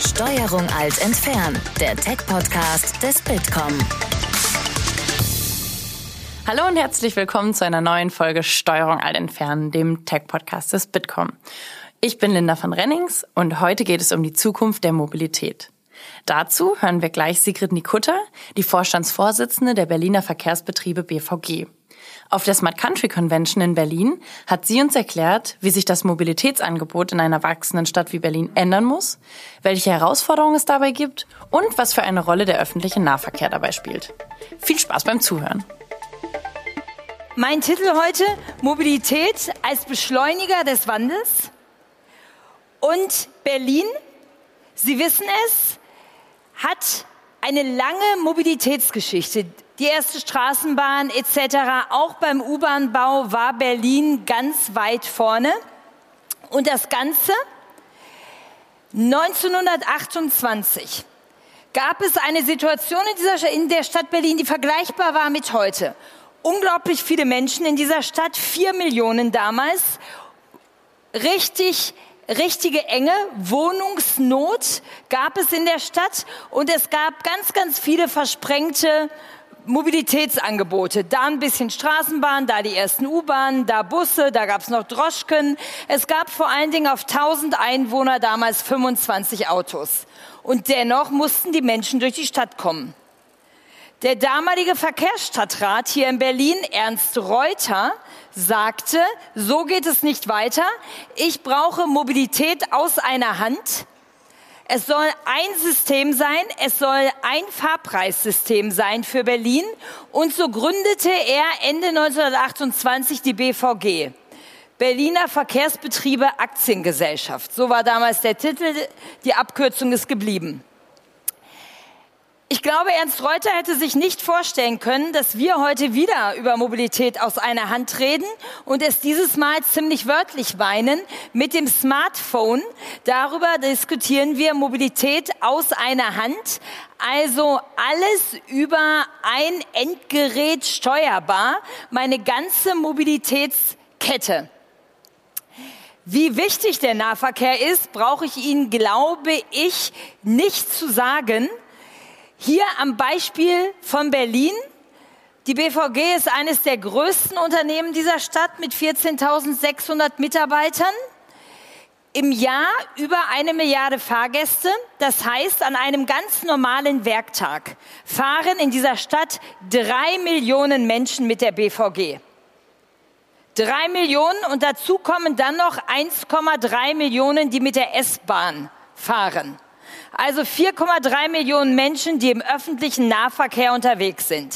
Steuerung Alt entfernen, der Tech-Podcast des Bitkom. Hallo und herzlich willkommen zu einer neuen Folge Steuerung Alt entfernen, dem Tech-Podcast des Bitkom. Ich bin Linda von Rennings und heute geht es um die Zukunft der Mobilität. Dazu hören wir gleich Sigrid Nikutta, die Vorstandsvorsitzende der Berliner Verkehrsbetriebe BVG. Auf der Smart Country Convention in Berlin hat sie uns erklärt, wie sich das Mobilitätsangebot in einer wachsenden Stadt wie Berlin ändern muss, welche Herausforderungen es dabei gibt und was für eine Rolle der öffentliche Nahverkehr dabei spielt. Viel Spaß beim Zuhören. Mein Titel heute: Mobilität als Beschleuniger des Wandels. Und Berlin, Sie wissen es, hat eine lange Mobilitätsgeschichte. Die erste Straßenbahn etc., auch beim U-Bahn-Bau war Berlin ganz weit vorne. Und das Ganze 1928 gab es eine Situation in der Stadt Berlin, die vergleichbar war mit heute. Unglaublich viele Menschen in dieser Stadt, 4 Millionen damals, richtige enge Wohnungsnot gab es in der Stadt und es gab ganz viele versprengte Mobilitätsangebote. Da ein bisschen Straßenbahn, da die ersten U-Bahnen, da Busse, da gab es noch Droschken. Es gab vor allen Dingen auf 1000 Einwohner damals 25 Autos. Und dennoch mussten die Menschen durch die Stadt kommen. Der damalige Verkehrsstadtrat hier in Berlin, Ernst Reuter, sagte, so geht es nicht weiter. Ich brauche Mobilität aus einer Hand. Es soll ein System sein, es soll ein Fahrpreissystem sein für Berlin. Und so gründete er Ende 1928 die BVG, Berliner Verkehrsbetriebe Aktiengesellschaft. So war damals der Titel, die Abkürzung ist geblieben. Ich glaube, Ernst Reuter hätte sich nicht vorstellen können, dass wir heute wieder über Mobilität aus einer Hand reden und es dieses Mal ziemlich wörtlich meinen. Mit dem Smartphone, darüber diskutieren wir Mobilität aus einer Hand. Also alles über ein Endgerät steuerbar, meine ganze Mobilitätskette. Wie wichtig der Nahverkehr ist, brauche ich Ihnen, glaube ich, nicht zu sagen. Hier am Beispiel von Berlin. Die BVG ist eines der größten Unternehmen dieser Stadt mit 14.600 Mitarbeitern. Im Jahr über 1 Milliarde Fahrgäste. Das heißt, an einem ganz normalen Werktag fahren in dieser Stadt 3 Millionen Menschen mit der BVG. 3 Millionen und dazu kommen dann noch 1,3 Millionen, die mit der S-Bahn fahren. Also 4,3 Millionen Menschen, die im öffentlichen Nahverkehr unterwegs sind.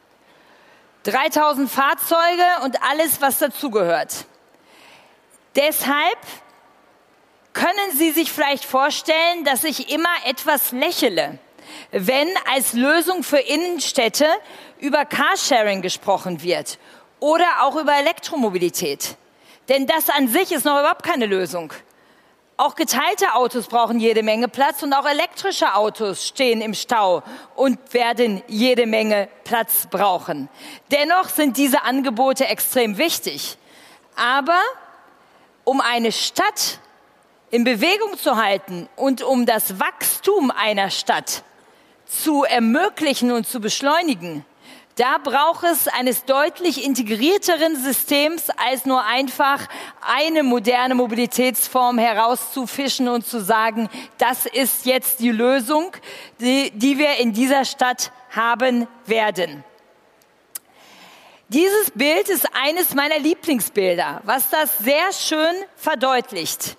3000 Fahrzeuge und alles, was dazugehört. Deshalb können Sie sich vielleicht vorstellen, dass ich immer etwas lächele, wenn als Lösung für Innenstädte über Carsharing gesprochen wird oder auch über Elektromobilität. Denn das an sich ist noch überhaupt keine Lösung. Auch geteilte Autos brauchen jede Menge Platz und auch elektrische Autos stehen im Stau und werden jede Menge Platz brauchen. Dennoch sind diese Angebote extrem wichtig. Aber um eine Stadt in Bewegung zu halten und um das Wachstum einer Stadt zu ermöglichen und zu beschleunigen, da braucht es eines deutlich integrierteren Systems, als nur einfach eine moderne Mobilitätsform herauszufischen und zu sagen, das ist jetzt die Lösung, die wir in dieser Stadt haben werden. Dieses Bild ist eines meiner Lieblingsbilder, was das sehr schön verdeutlicht.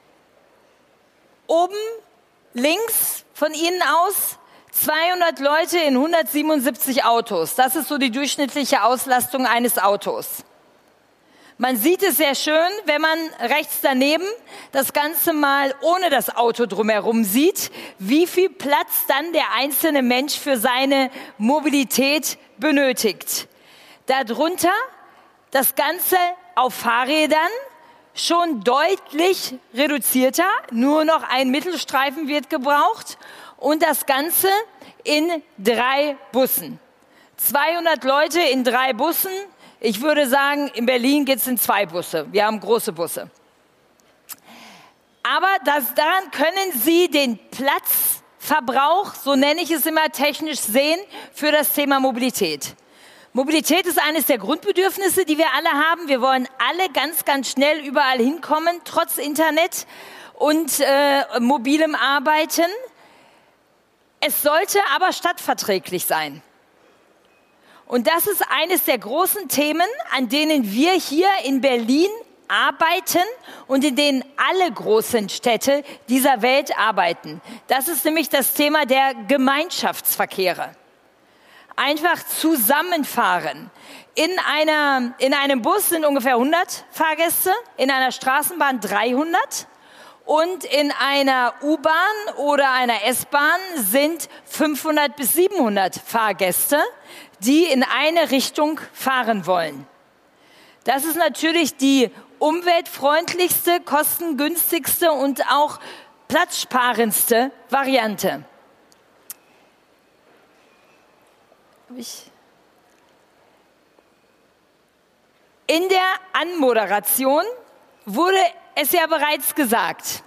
Oben links von Ihnen aus 200 Leute in 177 Autos. Das ist so die durchschnittliche Auslastung eines Autos. Man sieht es sehr schön, wenn man rechts daneben das Ganze mal ohne das Auto drumherum sieht, wie viel Platz dann der einzelne Mensch für seine Mobilität benötigt. Darunter das Ganze auf Fahrrädern, schon deutlich reduzierter, nur noch ein Mittelstreifen wird gebraucht. Und das Ganze in 3 Bussen. 200 Leute in 3 Bussen. Ich würde sagen, in Berlin geht es in 2 Busse. Wir haben große Busse. Aber daran können Sie den Platzverbrauch, so nenne ich es immer technisch, sehen für das Thema Mobilität. Mobilität ist eines der Grundbedürfnisse, die wir alle haben. Wir wollen alle ganz, ganz schnell überall hinkommen, trotz Internet und mobilem Arbeiten. Es sollte aber stadtverträglich sein. Und das ist eines der großen Themen, an denen wir hier in Berlin arbeiten und in denen alle großen Städte dieser Welt arbeiten. Das ist nämlich das Thema der Gemeinschaftsverkehre. Einfach zusammenfahren. In einem Bus sind ungefähr 100 Fahrgäste, in einer Straßenbahn 300 und in einer U-Bahn oder einer S-Bahn sind 500 bis 700 Fahrgäste, die in eine Richtung fahren wollen. Das ist natürlich die umweltfreundlichste, kostengünstigste und auch platzsparendste Variante. In der Anmoderation wurde es ja bereits gesagt.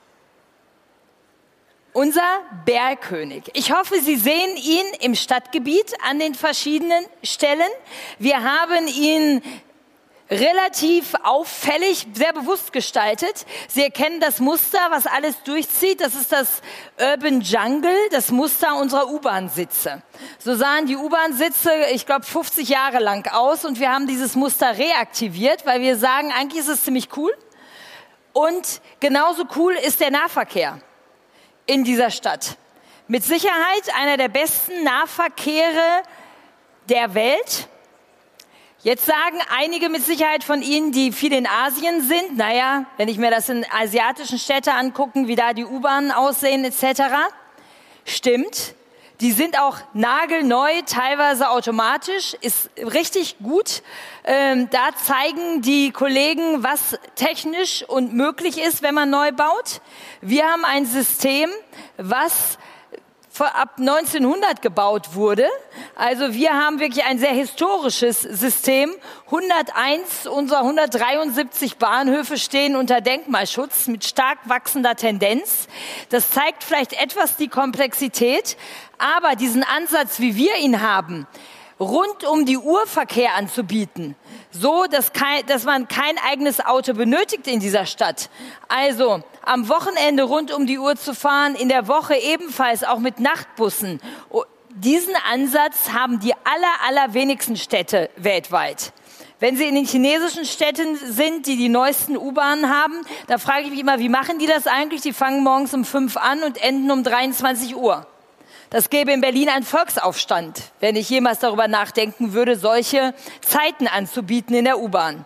Unser Bergkönig. Ich hoffe, Sie sehen ihn im Stadtgebiet an den verschiedenen Stellen. Wir haben ihn relativ auffällig, sehr bewusst gestaltet. Sie erkennen das Muster, was alles durchzieht. Das ist das Urban Jungle, das Muster unserer U-Bahn-Sitze. So sahen die U-Bahn-Sitze, ich glaube, 50 Jahre lang aus. Und wir haben dieses Muster reaktiviert, weil wir sagen, eigentlich ist es ziemlich cool. Und genauso cool ist der Nahverkehr in dieser Stadt. Mit Sicherheit einer der besten Nahverkehre der Welt. Jetzt sagen einige mit Sicherheit von Ihnen, die viel in Asien sind, naja, wenn ich mir das in asiatischen Städten angucke, wie da die U-Bahnen aussehen etc. Stimmt, die sind auch nagelneu, teilweise automatisch, ist richtig gut. Da zeigen die Kollegen, was technisch und möglich ist, wenn man neu baut. Wir haben ein System, was ab 1900 gebaut wurde. Also wir haben wirklich ein sehr historisches System. 101 unserer 173 Bahnhöfe stehen unter Denkmalschutz mit stark wachsender Tendenz. Das zeigt vielleicht etwas die Komplexität, aber diesen Ansatz, wie wir ihn haben, rund um die Uhr Verkehr anzubieten, so dass man kein eigenes Auto benötigt in dieser Stadt. Also am Wochenende rund um die Uhr zu fahren, in der Woche ebenfalls auch mit Nachtbussen. Diesen Ansatz haben die allerwenigsten Städte weltweit. Wenn Sie in den chinesischen Städten sind, die neuesten U-Bahnen haben, da frage ich mich immer, wie machen die das eigentlich? Die fangen morgens um 5 an und enden um 23 Uhr. Das gäbe in Berlin einen Volksaufstand, wenn ich jemals darüber nachdenken würde, solche Zeiten anzubieten in der U-Bahn.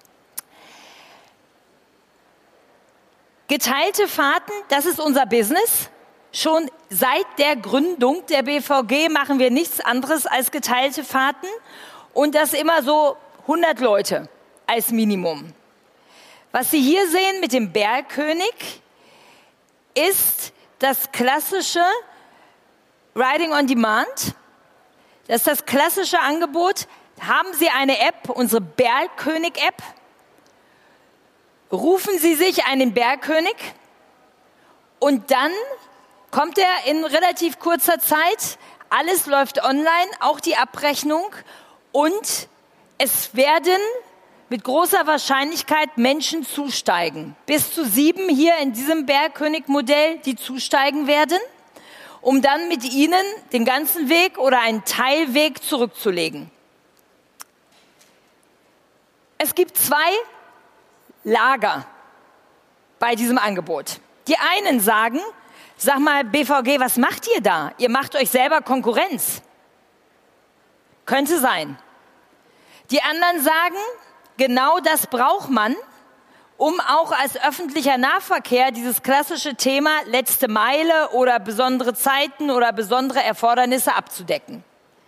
Geteilte Fahrten, das ist unser Business. Schon seit der Gründung der BVG machen wir nichts anderes als geteilte Fahrten und das immer so 100 Leute als Minimum. Was Sie hier sehen mit dem Bergkönig ist das klassische Riding on Demand. Das ist das klassische Angebot. Haben Sie eine App, unsere Bergkönig-App? Rufen Sie sich einen Bergkönig und dann kommt er in relativ kurzer Zeit. Alles läuft online, auch die Abrechnung und es werden mit großer Wahrscheinlichkeit Menschen zusteigen. Bis zu 7 hier in diesem Bergkönig-Modell, die zusteigen werden, um dann mit Ihnen den ganzen Weg oder einen Teilweg zurückzulegen. Es gibt 2 Lager bei diesem Angebot. Die einen sagen, sag mal BVG, was macht ihr da? Ihr macht euch selber Konkurrenz. Könnte sein. Die anderen sagen, genau das braucht man, um auch als öffentlicher Nahverkehr dieses klassische Thema letzte Meile oder besondere Zeiten oder besondere Erfordernisse abzudecken.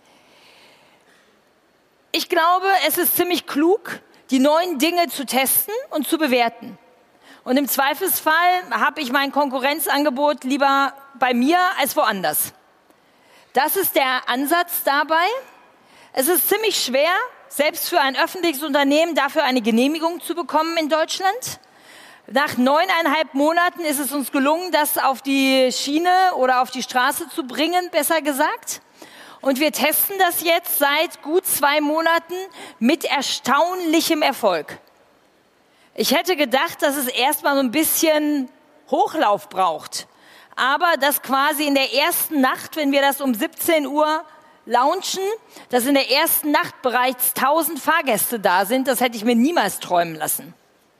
Ich glaube, es ist ziemlich klug, die neuen Dinge zu testen und zu bewerten. Und im Zweifelsfall habe ich mein Konkurrenzangebot lieber bei mir als woanders. Das ist der Ansatz dabei. Es ist ziemlich schwer, selbst für ein öffentliches Unternehmen dafür eine Genehmigung zu bekommen in Deutschland. Nach 9,5 Monaten ist es uns gelungen, das auf die Schiene oder auf die Straße zu bringen, besser gesagt. Und wir testen das jetzt seit gut 2 Monaten mit erstaunlichem Erfolg. Ich hätte gedacht, dass es erstmal so ein bisschen Hochlauf braucht. Aber dass quasi in der ersten Nacht, wenn wir das um 17 Uhr launchen, dass in der ersten Nacht bereits 1000 Fahrgäste da sind, das hätte ich mir niemals träumen lassen.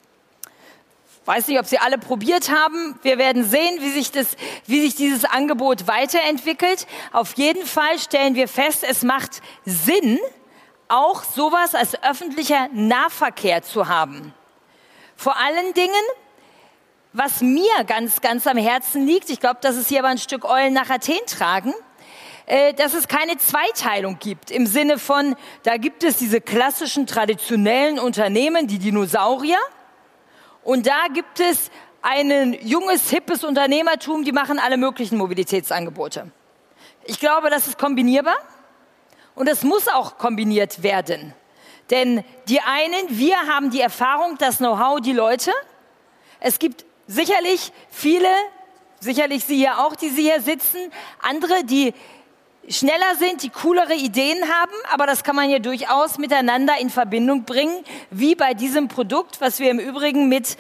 Weiß nicht, ob Sie alle probiert haben. Wir werden sehen, wie sich dieses Angebot weiterentwickelt. Auf jeden Fall stellen wir fest, es macht Sinn, auch sowas als öffentlicher Nahverkehr zu haben. Vor allen Dingen, was mir ganz, ganz am Herzen liegt, ich glaube, dass es hier aber ein Stück Eulen nach Athen tragen, dass es keine Zweiteilung gibt. Im Sinne von, da gibt es diese klassischen, traditionellen Unternehmen, die Dinosaurier. Und da gibt es ein junges, hippes Unternehmertum, die machen alle möglichen Mobilitätsangebote. Ich glaube, das ist kombinierbar und es muss auch kombiniert werden. Denn die einen, wir haben die Erfahrung, das Know-how, die Leute. Es gibt sicherlich viele, sicherlich Sie hier auch, die Sie hier sitzen, andere, die schneller sind, die coolere Ideen haben, aber das kann man hier durchaus miteinander in Verbindung bringen, wie bei diesem Produkt, was wir im Übrigen mit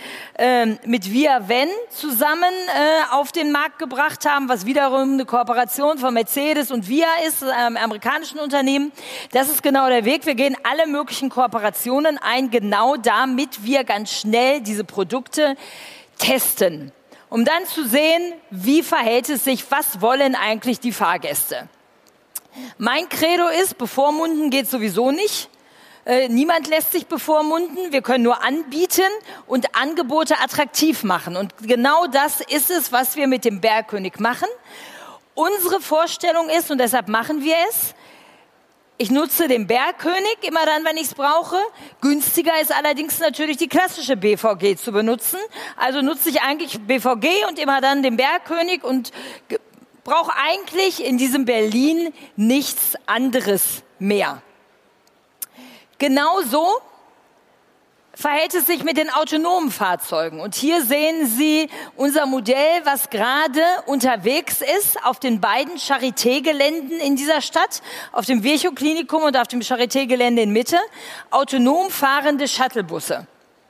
ViaVen zusammen auf den Markt gebracht haben, was wiederum eine Kooperation von Mercedes und Via ist, einem amerikanischen Unternehmen. Das ist genau der Weg. Wir gehen alle möglichen Kooperationen ein, genau damit wir ganz schnell diese Produkte testen, um dann zu sehen, wie verhält es sich, was wollen eigentlich die Fahrgäste. Mein Credo ist, bevormunden geht sowieso nicht. Niemand lässt sich bevormunden. Wir können nur anbieten und Angebote attraktiv machen. Und genau das ist es, was wir mit dem Bergkönig machen. Unsere Vorstellung ist, und deshalb machen wir es, ich nutze den Bergkönig immer dann, wenn ich es brauche. Günstiger ist allerdings natürlich die klassische BVG zu benutzen. Also nutze ich eigentlich BVG und immer dann den Bergkönig und brauche eigentlich in diesem Berlin nichts anderes mehr. Genauso verhält es sich mit den autonomen Fahrzeugen. Und hier sehen Sie unser Modell, was gerade unterwegs ist auf den beiden Charité-Geländen in dieser Stadt, auf dem Virchow-Klinikum und auf dem Charité-Gelände in Mitte, autonom fahrende Shuttlebusse.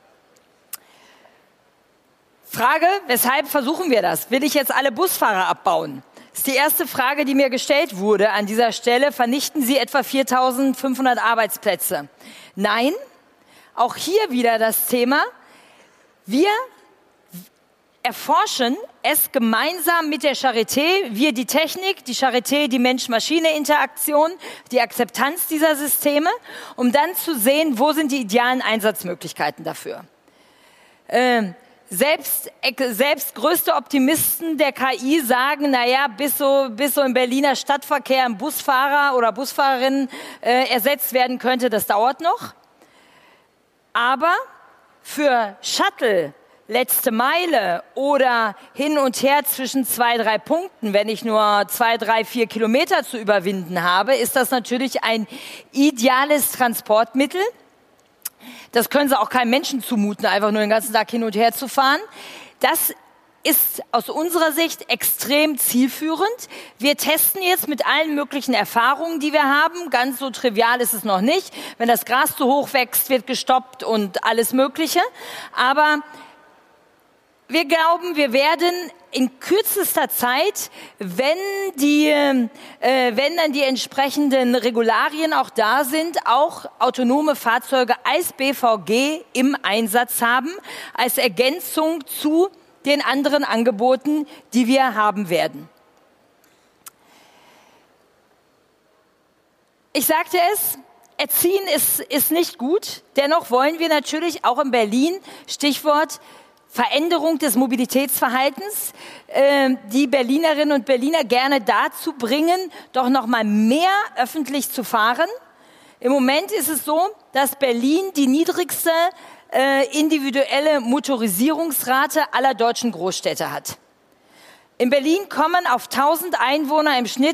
Frage, weshalb versuchen wir das? Will ich jetzt alle Busfahrer abbauen? Das ist die erste Frage, die mir gestellt wurde an dieser Stelle. Vernichten Sie etwa 4.500 Arbeitsplätze? Nein, auch hier wieder das Thema. Wir erforschen es gemeinsam mit der Charité, wir die Technik, die Charité die Mensch-Maschine-Interaktion, die Akzeptanz dieser Systeme, um dann zu sehen, wo sind die idealen Einsatzmöglichkeiten dafür. Selbst größte Optimisten der KI sagen, naja, bis so im Berliner Stadtverkehr ein Busfahrer oder Busfahrerin ersetzt werden könnte, das dauert noch. Aber für Shuttle, letzte Meile oder hin und her zwischen 2, 3 Punkten, wenn ich nur 2, 3, 4 Kilometer zu überwinden habe, ist das natürlich ein ideales Transportmittel. Das können Sie auch keinem Menschen zumuten, einfach nur den ganzen Tag hin und her zu fahren. Das ist aus unserer Sicht extrem zielführend. Wir testen jetzt mit allen möglichen Erfahrungen, die wir haben. Ganz so trivial ist es noch nicht. Wenn das Gras zu hoch wächst, wird gestoppt und alles Mögliche. Aber wir glauben, wir werden in kürzester Zeit, wenn dann die entsprechenden Regularien auch da sind, auch autonome Fahrzeuge als BVG im Einsatz haben, als Ergänzung zu den anderen Angeboten, die wir haben werden. Ich sagte es, Erziehen ist nicht gut. Dennoch wollen wir natürlich auch in Berlin, Stichwort Veränderung des Mobilitätsverhaltens, die Berlinerinnen und Berliner gerne dazu bringen, doch noch mal mehr öffentlich zu fahren. Im Moment ist es so, dass Berlin die niedrigste individuelle Motorisierungsrate aller deutschen Großstädte hat. In Berlin kommen auf 1000 Einwohner im Schnitt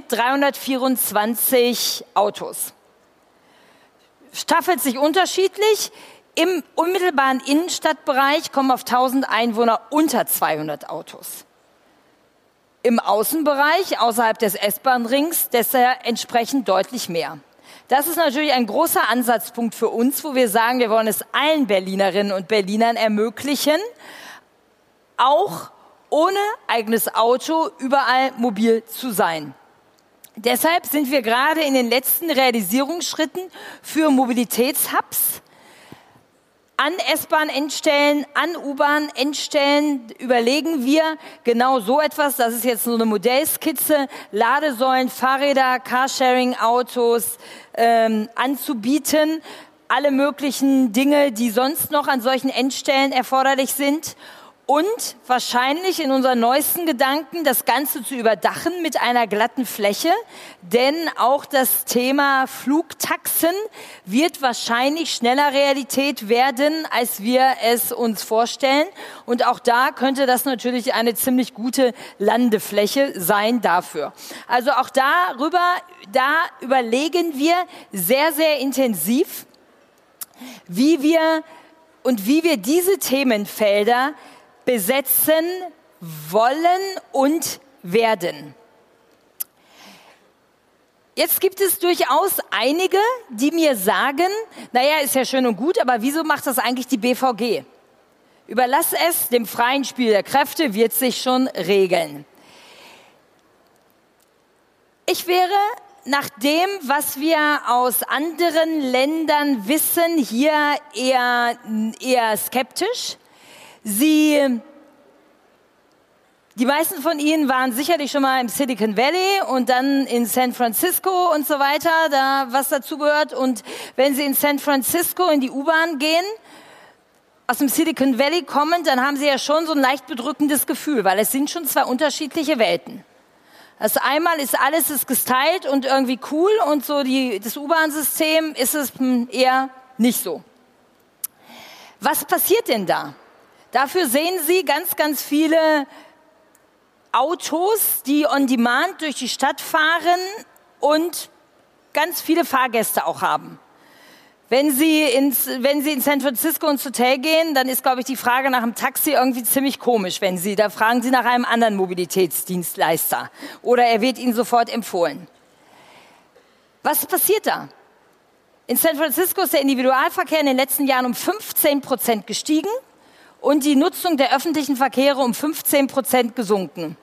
324 Autos. Staffelt sich unterschiedlich. Im unmittelbaren Innenstadtbereich kommen auf 1000 Einwohner unter 200 Autos. Im Außenbereich, außerhalb des S-Bahn-Rings, deshalb entsprechend deutlich mehr. Das ist natürlich ein großer Ansatzpunkt für uns, wo wir sagen, wir wollen es allen Berlinerinnen und Berlinern ermöglichen, auch ohne eigenes Auto überall mobil zu sein. Deshalb sind wir gerade in den letzten Realisierungsschritten für Mobilitätshubs an S-Bahn-Endstellen, an U-Bahn-Endstellen überlegen wir genau so etwas. Das ist jetzt nur eine Modellskizze, Ladesäulen, Fahrräder, Carsharing-Autos anzubieten. Alle möglichen Dinge, die sonst noch an solchen Endstellen erforderlich sind. Und wahrscheinlich in unseren neuesten Gedanken das Ganze zu überdachen mit einer glatten Fläche. Denn auch das Thema Flugtaxen wird wahrscheinlich schneller Realität werden, als wir es uns vorstellen. Und auch da könnte das natürlich eine ziemlich gute Landefläche sein dafür. Also auch da überlegen wir sehr, sehr intensiv, wie wir diese Themenfelder besetzen wollen und werden. Jetzt gibt es durchaus einige, die mir sagen, naja, ist ja schön und gut, aber wieso macht das eigentlich die BVG? Überlass es dem freien Spiel der Kräfte, wird sich schon regeln. Ich wäre nach dem, was wir aus anderen Ländern wissen, hier eher skeptisch. Die meisten von Ihnen waren sicherlich schon mal im Silicon Valley und dann in San Francisco und so weiter, was dazu gehört. Und wenn Sie in San Francisco in die U-Bahn gehen, aus dem Silicon Valley kommen, dann haben Sie ja schon so ein leicht bedrückendes Gefühl, weil es sind schon zwei unterschiedliche Welten. Also einmal ist alles gestylt und irgendwie cool und so das U-Bahn-System ist es eher nicht so. Was passiert denn da? Dafür sehen Sie ganz, ganz viele Autos, die on demand durch die Stadt fahren und ganz viele Fahrgäste auch haben. Wenn Sie in San Francisco ins Hotel gehen, dann ist, glaube ich, die Frage nach dem Taxi irgendwie ziemlich komisch. Da fragen Sie nach einem anderen Mobilitätsdienstleister oder er wird Ihnen sofort empfohlen. Was passiert da? In San Francisco ist der Individualverkehr in den letzten Jahren um 15% gestiegen. Und die Nutzung der öffentlichen Verkehre um 15% gesunken.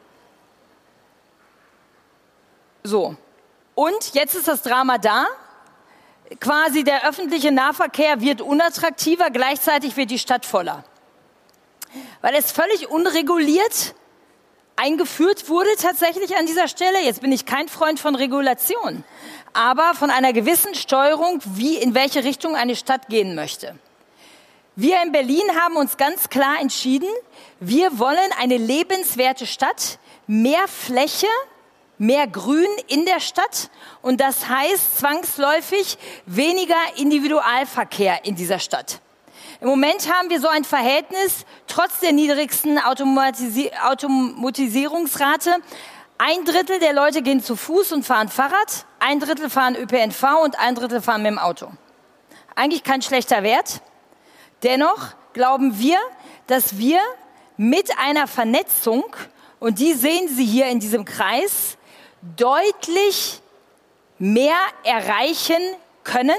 So. Und jetzt ist das Drama da. Quasi der öffentliche Nahverkehr wird unattraktiver, gleichzeitig wird die Stadt voller. Weil es völlig unreguliert eingeführt wurde tatsächlich an dieser Stelle. Jetzt bin ich kein Freund von Regulation, aber von einer gewissen Steuerung, in welche Richtung eine Stadt gehen möchte. Wir in Berlin haben uns ganz klar entschieden, wir wollen eine lebenswerte Stadt, mehr Fläche, mehr Grün in der Stadt und das heißt zwangsläufig weniger Individualverkehr in dieser Stadt. Im Moment haben wir so ein Verhältnis, trotz der niedrigsten Automatisierungsrate, 1/3 der Leute gehen zu Fuß und fahren Fahrrad, 1/3 fahren ÖPNV und 1/3 fahren mit dem Auto. Eigentlich kein schlechter Wert. Dennoch glauben wir, dass wir mit einer Vernetzung, und die sehen Sie hier in diesem Kreis, deutlich mehr erreichen können.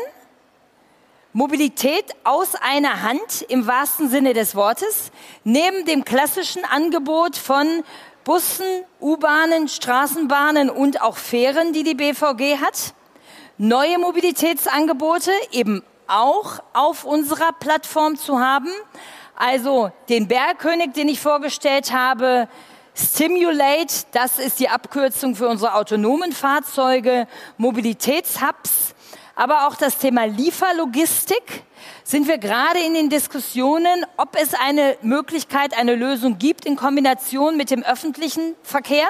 Mobilität aus einer Hand im wahrsten Sinne des Wortes, neben dem klassischen Angebot von Bussen, U-Bahnen, Straßenbahnen und auch Fähren, die die BVG hat. Neue Mobilitätsangebote eben auch auf unserer Plattform zu haben. Also den Bergkönig, den ich vorgestellt habe, Stimulate, das ist die Abkürzung für unsere autonomen Fahrzeuge, Mobilitätshubs, aber auch das Thema Lieferlogistik. Sind wir gerade in den Diskussionen, ob es eine Möglichkeit, eine Lösung gibt in Kombination mit dem öffentlichen Verkehr?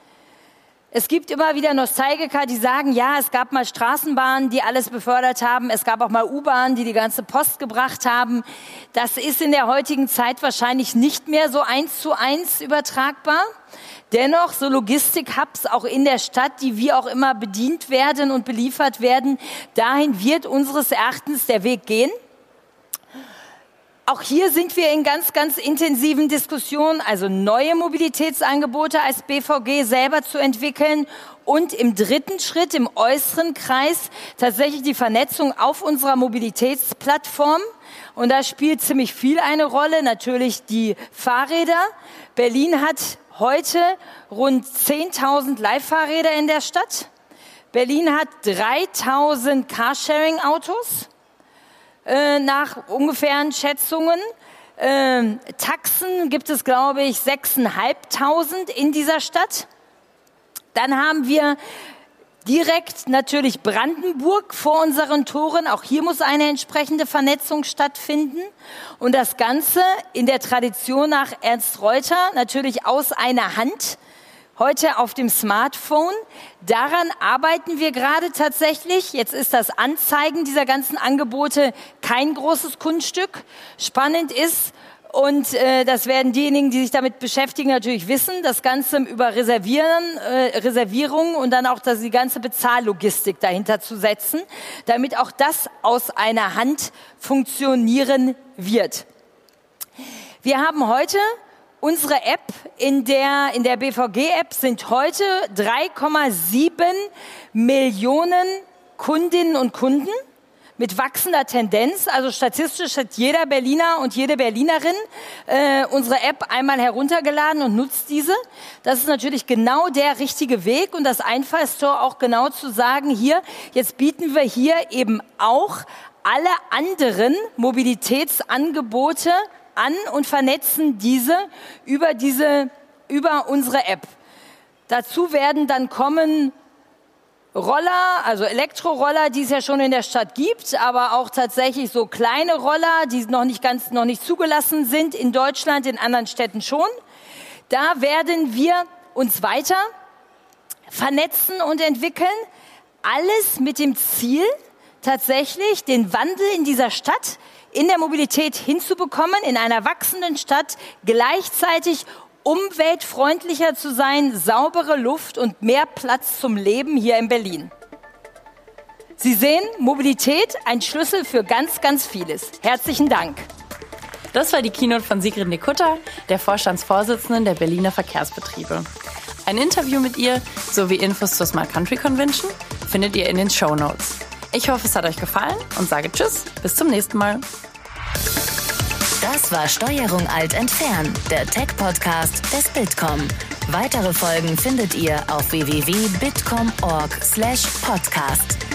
Es gibt immer wieder Nostalgiker, die sagen, ja, es gab mal Straßenbahnen, die alles befördert haben. Es gab auch mal U-Bahnen, die ganze Post gebracht haben. Das ist in der heutigen Zeit wahrscheinlich nicht mehr so 1:1 übertragbar. Dennoch so Logistik-Hubs auch in der Stadt, die wie auch immer bedient werden und beliefert werden, dahin wird unseres Erachtens der Weg gehen. Auch hier sind wir in ganz, ganz intensiven Diskussionen, also neue Mobilitätsangebote als BVG selber zu entwickeln und im dritten Schritt, im äußeren Kreis, tatsächlich die Vernetzung auf unserer Mobilitätsplattform. Und da spielt ziemlich viel eine Rolle, natürlich die Fahrräder. Berlin hat heute rund 10.000 Leihfahrräder in der Stadt. Berlin hat 3.000 Carsharing-Autos. Nach ungefähren Schätzungen. Taxen gibt es, glaube ich, 6.500 in dieser Stadt. Dann haben wir direkt natürlich Brandenburg vor unseren Toren. Auch hier muss eine entsprechende Vernetzung stattfinden. Und das Ganze in der Tradition nach Ernst Reuter natürlich aus einer Hand. Heute auf dem Smartphone. Daran arbeiten wir gerade tatsächlich. Jetzt ist das Anzeigen dieser ganzen Angebote kein großes Kunststück. Spannend ist, und das werden diejenigen, die sich damit beschäftigen, natürlich wissen, das Ganze über Reservierung und dann auch die ganze Bezahllogistik dahinter zu setzen, damit auch das aus einer Hand funktionieren wird. Wir haben heute unsere App, in der BVG-App sind heute 3,7 Millionen Kundinnen und Kunden mit wachsender Tendenz. Also statistisch hat jeder Berliner und jede Berlinerin unsere App einmal heruntergeladen und nutzt diese. Das ist natürlich genau der richtige Weg und das Einfallstor auch genau zu sagen, hier, jetzt bieten wir hier eben auch alle anderen Mobilitätsangebote an und vernetzen diese über unsere App. Dazu werden dann kommen Roller, also Elektroroller, die es ja schon in der Stadt gibt, aber auch tatsächlich so kleine Roller, die noch nicht zugelassen sind in Deutschland, in anderen Städten schon. Da werden wir uns weiter vernetzen und entwickeln. Alles mit dem Ziel, tatsächlich den Wandel in dieser Stadt in der Mobilität hinzubekommen, in einer wachsenden Stadt gleichzeitig umweltfreundlicher zu sein, saubere Luft und mehr Platz zum Leben hier in Berlin. Sie sehen, Mobilität, ein Schlüssel für ganz, ganz vieles. Herzlichen Dank. Das war die Keynote von Sigrid Nikutta, der Vorstandsvorsitzenden der Berliner Verkehrsbetriebe. Ein Interview mit ihr sowie Infos zur Smart Country Convention findet ihr in den Shownotes. Ich hoffe, es hat euch gefallen und sage Tschüss, bis zum nächsten Mal. Das war Steuerung Alt entfernen, der Tech-Podcast des Bitkom. Weitere Folgen findet ihr auf www.bitkom.org/podcast.